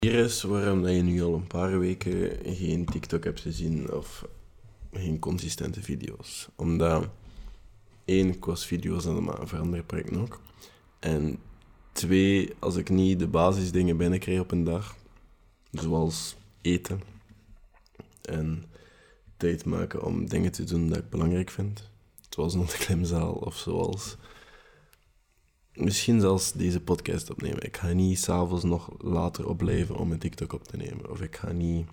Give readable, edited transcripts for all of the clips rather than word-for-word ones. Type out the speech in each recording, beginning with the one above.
Hier is waarom dat je nu al een paar weken geen TikTok hebt gezien of geen consistente video's. Omdat, één, ik was video's aan het veranderen project ook. En twee, als ik niet de basisdingen binnenkrijg op een dag, zoals eten en tijd maken om dingen te doen dat ik belangrijk vind, zoals naar de klimzaal of zoals misschien zelfs deze podcast opnemen. Ik ga niet 's avonds nog later opblijven om een TikTok op te nemen. Of ik ga niet...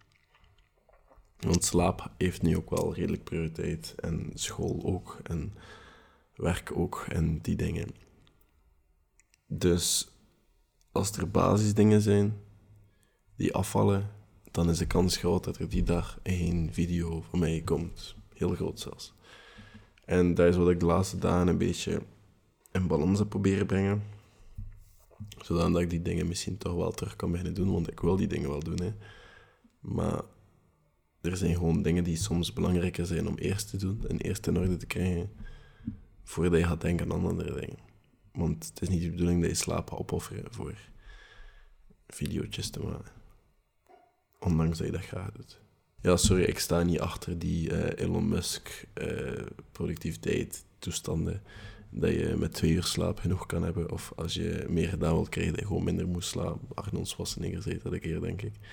Want slaap heeft nu ook wel redelijk prioriteit. En school ook. En werk ook. En die dingen. Dus als er basisdingen zijn die afvallen, dan is de kans groot dat er die dag geen video van mij komt. Heel groot zelfs. En dat is wat ik de laatste dagen een beetje in balans heb proberen brengen. Zodat ik die dingen misschien toch wel terug kan beginnen doen, want ik wil die dingen wel doen. Hè. Maar er zijn gewoon dingen die soms belangrijker zijn om eerst te doen en eerst in orde te krijgen, voordat je gaat denken aan andere dingen. Want het is niet de bedoeling dat je slaap gaat opofferen voor video's te maken. Ondanks dat je dat graag doet. Ja, sorry, ik sta niet achter die Elon Musk productiviteit toestanden. Dat je met 2 uur slaap genoeg kan hebben. Of als je meer gedaan wilt krijgen, dat je gewoon minder moet slapen. Arnold Schwarzenegger zei dat een keer, denk ik.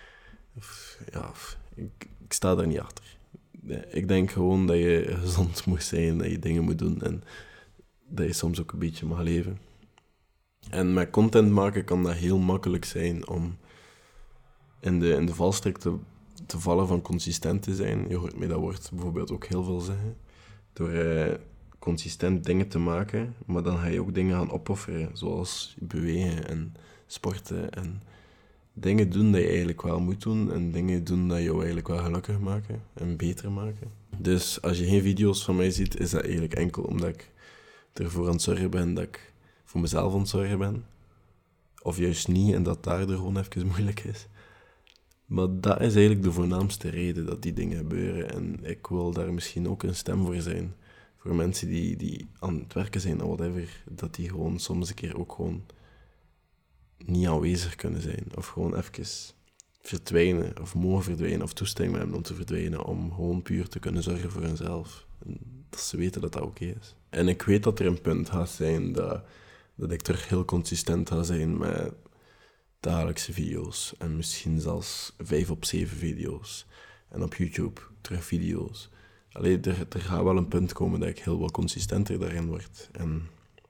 Ik sta daar niet achter. Nee, ik denk gewoon dat je gezond moet zijn, dat je dingen moet doen en dat je soms ook een beetje mag leven. En met content maken kan dat heel makkelijk zijn om in de valstrik te vallen van consistent te zijn. Je hoort mij dat woord bijvoorbeeld ook heel veel zeggen. Door consistent dingen te maken, maar dan ga je ook dingen gaan opofferen, zoals bewegen en sporten en dingen doen dat je eigenlijk wel moet doen en dingen doen dat jou eigenlijk wel gelukkig maken en beter maken. Dus als je geen video's van mij ziet, is dat eigenlijk enkel omdat ik ervoor aan het zorgen ben dat ik voor mezelf aan het zorgen ben. Of juist niet en dat daardoor gewoon even moeilijk is. Maar dat is eigenlijk de voornaamste reden dat die dingen gebeuren. En ik wil daar misschien ook een stem voor zijn. Voor mensen die aan het werken zijn of whatever. Dat die gewoon soms een keer ook gewoon niet aanwezig kunnen zijn. Of gewoon even verdwijnen. Of mogen verdwijnen. Of toestemming hebben om te verdwijnen. Om gewoon puur te kunnen zorgen voor hunzelf. En dat ze weten dat dat oké is. En ik weet dat er een punt gaat zijn dat ik terug heel consistent ga zijn met dagelijkse video's. En misschien zelfs 5 op 7 video's. En op YouTube terug video's. Allee, er gaat wel een punt komen dat ik heel wat consistenter daarin word. En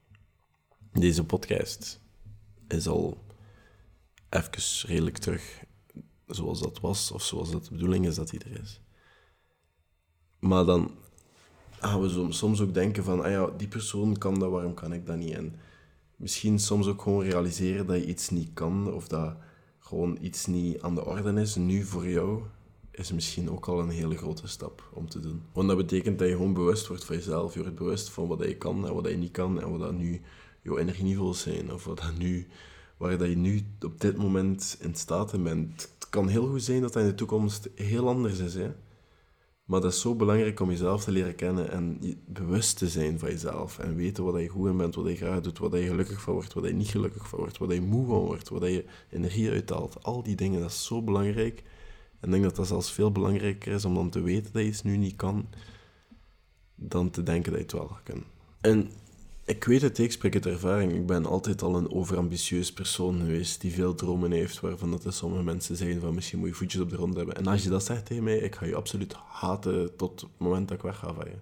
deze podcast is al even redelijk terug zoals dat was. Of zoals dat de bedoeling is dat die er is. Maar dan gaan we soms ook denken van, ah ja, die persoon kan dat, waarom kan ik dat niet? En misschien soms ook gewoon realiseren dat je iets niet kan, of dat gewoon iets niet aan de orde is, nu voor jou, is misschien ook al een hele grote stap om te doen. Want dat betekent dat je gewoon bewust wordt van jezelf. Je wordt bewust van wat je kan en wat je niet kan, en wat dat nu jouw energieniveaus zijn, of waar dat je nu op dit moment in staat in bent. Het kan heel goed zijn dat dat in de toekomst heel anders is, hè. Maar dat is zo belangrijk om jezelf te leren kennen en bewust te zijn van jezelf. En weten wat je goed in bent, wat je graag doet, wat je gelukkig van wordt, wat je niet gelukkig van wordt, wat je moe van wordt, wat je energie uithaalt. Al die dingen, dat is zo belangrijk. En ik denk dat dat zelfs veel belangrijker is om dan te weten dat je iets nu niet kan, dan te denken dat je het wel kan. En ik weet het, ik spreek uit ervaring. Ik ben altijd al een overambitieus persoon geweest die veel dromen heeft, waarvan dat er sommige mensen zeggen van misschien moet je voetjes op de grond hebben. En als je dat zegt tegen mij, ik ga je absoluut haten tot het moment dat ik wegga van je.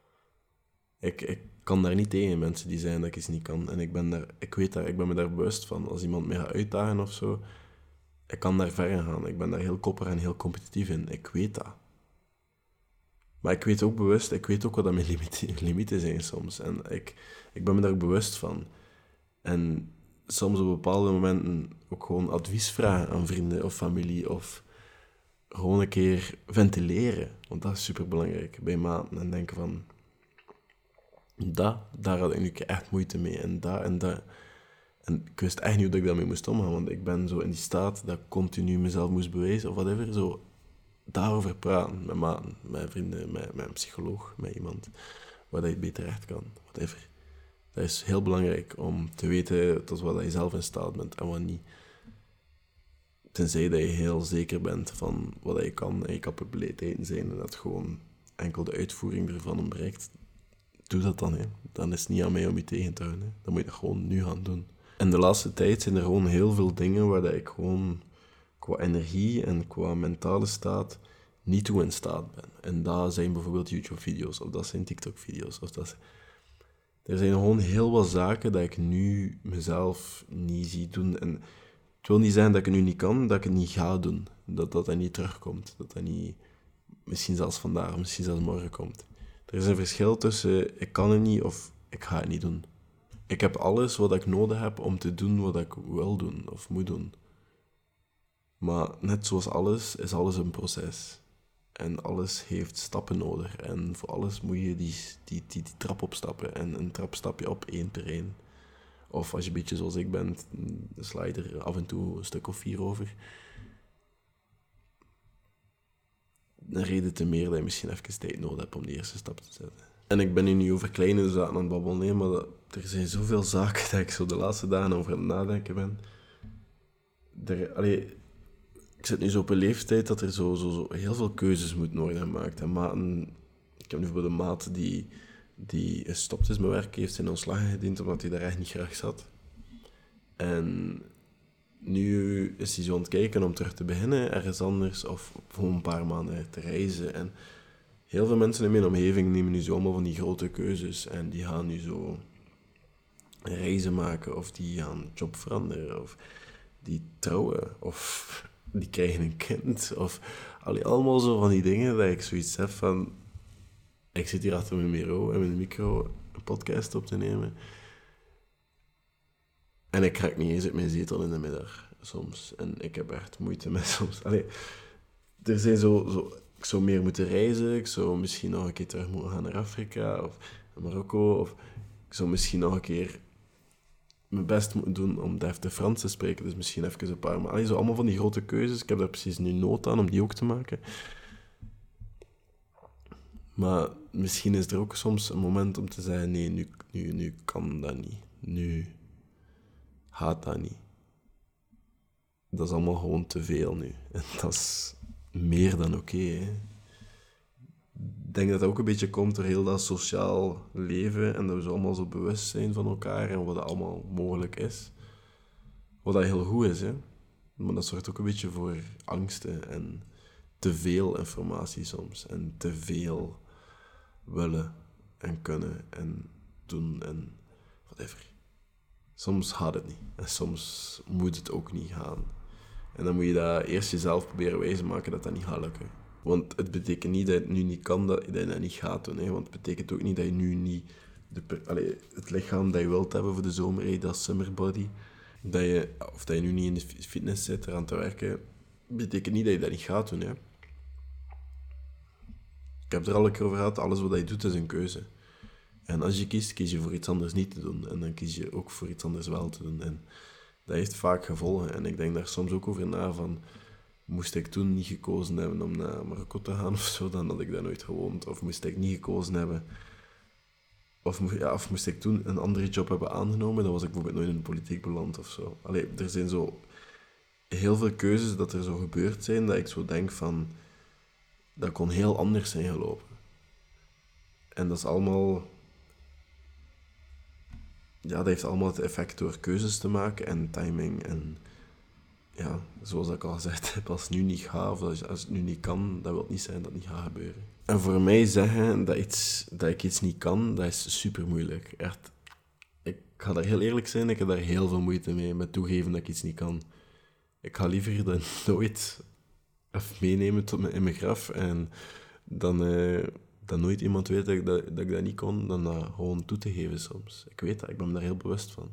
Ik kan daar niet tegen, mensen die zeggen dat ik iets niet kan. En ik ben me daar bewust van. Als iemand mij gaat uitdagen of zo, ik kan daar ver in gaan. Ik ben daar heel kopper en heel competitief in. Ik weet dat. Maar ik weet ook bewust, ik weet ook wat mijn limieten zijn soms. En ik ben me daar ook bewust van. En soms op bepaalde momenten ook gewoon advies vragen aan vrienden of familie. Of gewoon een keer ventileren. Want dat is superbelangrijk bij maten. En denken van, daar had ik nu echt moeite mee. En dat en dat. En ik wist echt niet hoe ik daarmee moest omgaan. Want ik ben zo in die staat dat ik continu mezelf moest bewijzen of whatever. Zo daarover praten met maten, met vrienden, met een psycholoog, met iemand waar je beter terecht kan, whatever. Dat is heel belangrijk om te weten tot wat je zelf in staat bent en wat niet. Tenzij dat je heel zeker bent van wat je kan en je capabiliteiten zijn en dat gewoon enkel de uitvoering ervan ontbreekt. Doe dat dan, hè. Dan is het niet aan mij om je tegen te houden. Hè. Dan moet je dat gewoon nu gaan doen. En de laatste tijd zijn er gewoon heel veel dingen waar dat ik gewoon qua energie en qua mentale staat niet toe in staat ben. En dat zijn bijvoorbeeld YouTube-video's, of dat zijn TikTok-video's. Er zijn gewoon heel wat zaken dat ik nu mezelf niet zie doen. En het wil niet zeggen dat ik het nu niet kan, dat ik het niet ga doen. Dat niet terugkomt. Dat niet, misschien zelfs vandaag, misschien zelfs morgen komt. Er is een verschil tussen ik kan het niet of ik ga het niet doen. Ik heb alles wat ik nodig heb om te doen wat ik wil doen of moet doen. Maar net zoals alles, is alles een proces. En alles heeft stappen nodig. En voor alles moet je die trap opstappen. En een trap stap je op, 1 per 1. Of als je een beetje zoals ik ben, sla je er af en toe een stuk of 4 over. Een reden te meer dat je misschien even tijd nodig hebt om die eerste stap te zetten. En ik ben nu niet over kleine zaken aan het babbelen, maar er zijn zoveel zaken dat ik zo de laatste dagen over aan het nadenken ben. Ik zit nu zo op een leeftijd dat er zo heel veel keuzes moeten worden gemaakt. En ik heb nu bijvoorbeeld een maat die gestopt is met werk, heeft zijn ontslag ingediend omdat hij daar echt niet graag zat. En nu is hij zo aan het kijken om terug te beginnen ergens anders of voor een paar maanden te reizen. En heel veel mensen in mijn omgeving nemen nu zo allemaal van die grote keuzes en die gaan nu zo reizen maken of die gaan job veranderen of die trouwen of die krijgen een kind of allemaal zo van die dingen dat ik zoiets heb van ik zit hier achter mijn bureau en mijn micro een podcast op te nemen en ik raak niet eens uit mijn zetel in de middag soms en ik heb echt moeite met soms er zijn ik zou meer moeten reizen, ik zou misschien nog een keer terug moeten gaan naar Afrika of Marokko of ik zou misschien nog een keer mijn best moeten doen om de Frans te spreken. Dus misschien even een paar maanden. Zo allemaal van die grote keuzes. Ik heb daar precies nu nood aan om die ook te maken. Maar misschien is er ook soms een moment om te zeggen... Nee, nu kan dat niet. Nu gaat dat niet. Dat is allemaal gewoon te veel nu. En dat is meer dan oké, hè. Ik denk dat dat ook een beetje komt door heel dat sociaal leven en dat we zo allemaal zo bewust zijn van elkaar en wat dat allemaal mogelijk is. Wat dat heel goed is, hè. Maar dat zorgt ook een beetje voor angsten en te veel informatie soms. En te veel willen en kunnen en doen en whatever. Soms gaat het niet. En soms moet het ook niet gaan. En dan moet je dat eerst jezelf proberen wijs maken dat dat niet gaat lukken. Want het betekent niet dat je het nu niet kan, dat je dat niet gaat doen. Hè? Want het betekent ook niet dat je nu niet... het lichaam dat je wilt hebben voor de zomer, dat summer body, dat je nu niet in de fitness zit eraan te werken, betekent niet dat je dat niet gaat doen. Hè? Ik heb er al een keer over gehad, alles wat je doet is een keuze. En als je kiest, kies je voor iets anders niet te doen. En dan kies je ook voor iets anders wel te doen. En dat heeft vaak gevolgen. En ik denk daar soms ook over na van... Moest ik toen niet gekozen hebben om naar Marokko te gaan of zo, dan had ik daar nooit gewoond. Of moest ik niet gekozen hebben... Of moest ik toen een andere job hebben aangenomen, dan was ik bijvoorbeeld nooit in de politiek beland of zo. Er zijn zo heel veel keuzes dat er zo gebeurd zijn, dat ik zo denk van... Dat kon heel anders zijn gelopen. En dat is allemaal... Ja, dat heeft allemaal het effect door keuzes te maken en timing en... Ja, zoals ik al gezegd heb, als het nu niet gaat of als het nu niet kan, dat wil niet zijn dat het niet gaat gebeuren. En voor mij zeggen dat ik iets niet kan, dat is super moeilijk. Echt, ik ga daar heel eerlijk zijn, ik heb daar heel veel moeite mee, met toegeven dat ik iets niet kan. Ik ga liever dan nooit even meenemen tot in mijn graf en dan nooit iemand weet dat ik dat niet kon, dan dat gewoon toe te geven soms. Ik weet dat, ik ben me daar heel bewust van.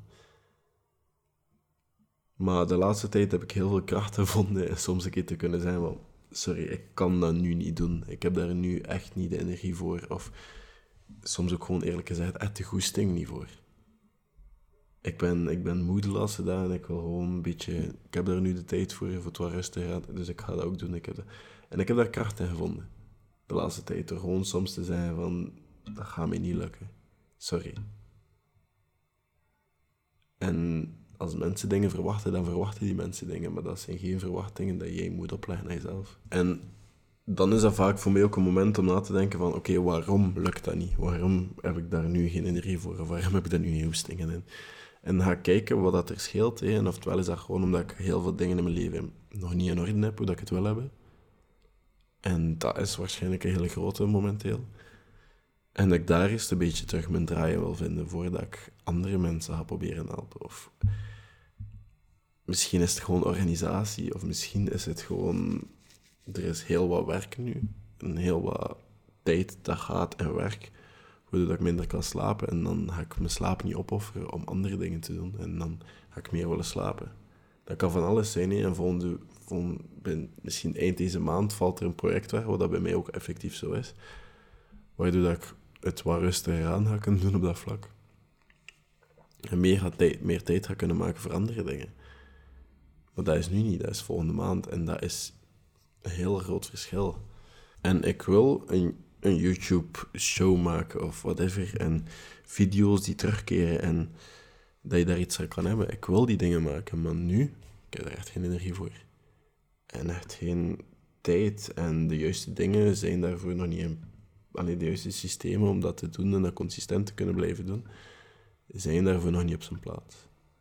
Maar de laatste tijd heb ik heel veel kracht gevonden en soms een keer te kunnen zijn van... Sorry, ik kan dat nu niet doen. Ik heb daar nu echt niet de energie voor. Of soms ook gewoon eerlijk gezegd echt de goesting niet voor. Ik ben moe de laatste dagen. Ik wil gewoon een beetje... Ik heb daar nu de tijd voor het wat rustig gaat. Dus ik ga dat ook doen. Ik heb daar kracht in gevonden. De laatste tijd. Door gewoon soms te zeggen van... Dat gaat mij niet lukken. Sorry. En als mensen dingen verwachten, dan verwachten die mensen dingen. Maar dat zijn geen verwachtingen dat jij moet opleggen aan jezelf. En dan is dat vaak voor mij ook een moment om na te denken van... Oké, waarom lukt dat niet? Waarom heb ik daar nu geen energie voor? Of waarom heb ik daar nu geen hoestingen in? En ga kijken wat dat er scheelt. Hè. En oftewel is dat gewoon omdat ik heel veel dingen in mijn leven nog niet in orde heb, hoe dat ik het wil hebben. En dat is waarschijnlijk een hele grote momenteel. En dat ik daar eerst een beetje terug mijn draaien wil vinden voordat ik andere mensen ga proberen helpen. Of misschien is het gewoon organisatie, of misschien is het gewoon... Er is heel wat werk nu, en heel wat tijd dat gaat en werk, waardoor ik minder kan slapen. En dan ga ik mijn slaap niet opofferen om andere dingen te doen. En dan ga ik meer willen slapen. Dat kan van alles zijn. Hè. En misschien eind deze maand valt er een project weg, wat dat bij mij ook effectief zo is. Waardoor dat ik het wat rustiger aan ga kunnen doen op dat vlak. En meer tijd ga kunnen maken voor andere dingen. Maar dat is nu niet, dat is volgende maand. En dat is een heel groot verschil. En ik wil een YouTube-show maken of whatever. En video's die terugkeren en dat je daar iets aan kan hebben. Ik wil die dingen maken, maar nu ik heb daar echt geen energie voor. En echt geen tijd. En de juiste dingen zijn daarvoor nog niet in. Alleen de juiste systemen om dat te doen en dat consistent te kunnen blijven doen, zijn daarvoor nog niet op zijn plaats.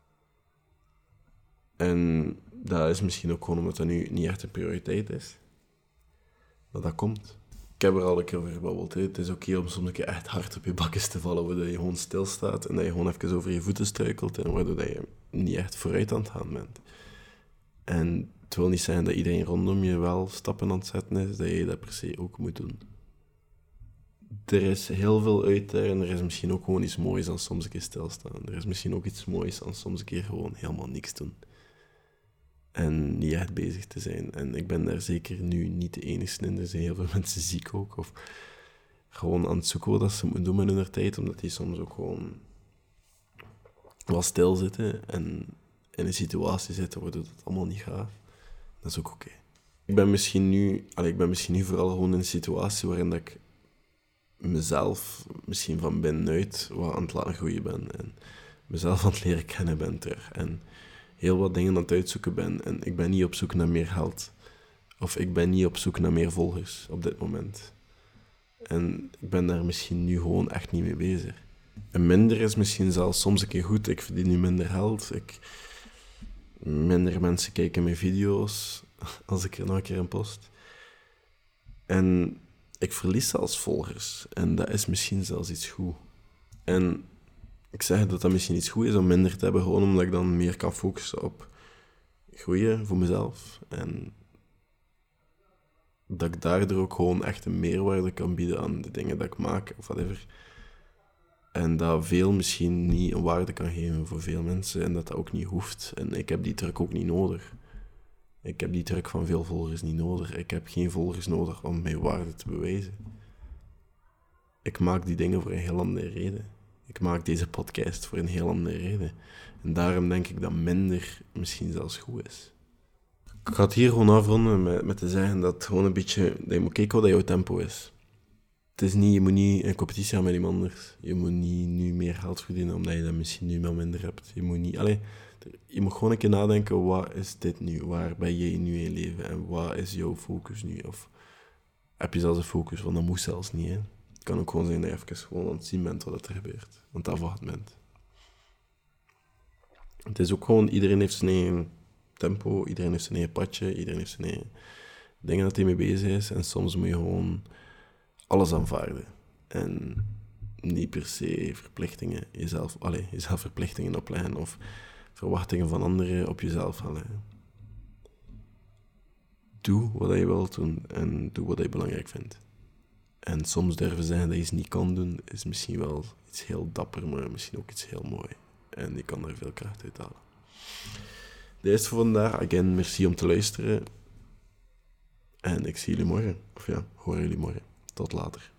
En dat is misschien ook gewoon omdat dat nu niet echt een prioriteit is. Maar dat komt. Ik heb er al een keer over gebabbeld. Hè. Het is oké om soms een keer echt hard op je bakjes te vallen, waardoor je gewoon stilstaat en dat je gewoon even over je voeten struikelt en waardoor dat je niet echt vooruit aan het gaan bent. En het wil niet zijn dat iedereen rondom je wel stappen aan het zetten is, dat je dat per se ook moet doen. Er is heel veel uit daar en er is misschien ook gewoon iets moois aan soms een keer stilstaan. Er is misschien ook iets moois aan soms een keer gewoon helemaal niks doen. En niet echt bezig te zijn. En ik ben daar zeker nu niet de enige in. Er zijn heel veel mensen ziek ook. Of gewoon aan het zoeken wat ze moeten doen met hun tijd. Omdat die soms ook gewoon wat stilzitten. En in een situatie zitten waardoor het allemaal niet gaat. Dat is ook oké. Ik ben misschien nu vooral gewoon in een situatie waarin dat ik mezelf misschien van binnenuit wat aan het laten groeien ben. En mezelf aan het leren kennen ben terug. En heel wat dingen aan het uitzoeken ben. En ik ben niet op zoek naar meer geld. Of ik ben niet op zoek naar meer volgers op dit moment. En ik ben daar misschien nu gewoon echt niet mee bezig. En minder is misschien zelfs soms een keer goed. Ik verdien nu minder geld. Minder mensen kijken mijn video's als ik er nog een keer in post. En ik verlies zelfs volgers. En dat is misschien zelfs iets goed. En ik zeg dat dat misschien iets goed is om minder te hebben, gewoon omdat ik dan meer kan focussen op groeien voor mezelf. En dat ik daardoor ook gewoon echt een meerwaarde kan bieden aan de dingen dat ik maak, of whatever. En dat veel misschien niet een waarde kan geven voor veel mensen, en dat dat ook niet hoeft. En ik heb die druk ook niet nodig. Ik heb die druk van veel volgers niet nodig. Ik heb geen volgers nodig om mijn waarde te bewijzen. Ik maak die dingen voor een heel andere reden. Ik maak deze podcast voor een heel andere reden. En daarom denk ik dat minder misschien zelfs goed is. Ik ga het hier gewoon afronden met te zeggen dat het gewoon een beetje... Dat je moet kijken wat jouw tempo is. Het is niet, je moet niet in competitie gaan met iemand anders. Je moet niet nu meer geld verdienen omdat je dat misschien nu wel minder hebt. Je moet gewoon een keer nadenken, wat is dit nu? Waar ben jij nu in je leven? En wat is jouw focus nu? Of heb je zelfs een focus? Want dat moet zelfs niet, hè. Het kan ook gewoon zijn dat je even gewoon aan het zien bent wat er gebeurt. Want dat wacht bent. Het is ook gewoon, iedereen heeft zijn eigen tempo, iedereen heeft zijn eigen padje, iedereen heeft zijn eigen dingen dat hij mee bezig is. En soms moet je gewoon alles aanvaarden. En niet per se jezelf verplichtingen opleggen of verwachtingen van anderen op jezelf halen. Doe wat je wilt doen en doe wat je belangrijk vindt. En soms durven zeggen dat je iets niet kan doen, is misschien wel iets heel dapper, maar misschien ook iets heel mooi. En je kan er veel kracht uit halen. Dit is voor vandaag. Again, merci om te luisteren. En ik zie jullie morgen. Of ja, hoor jullie morgen. Tot later.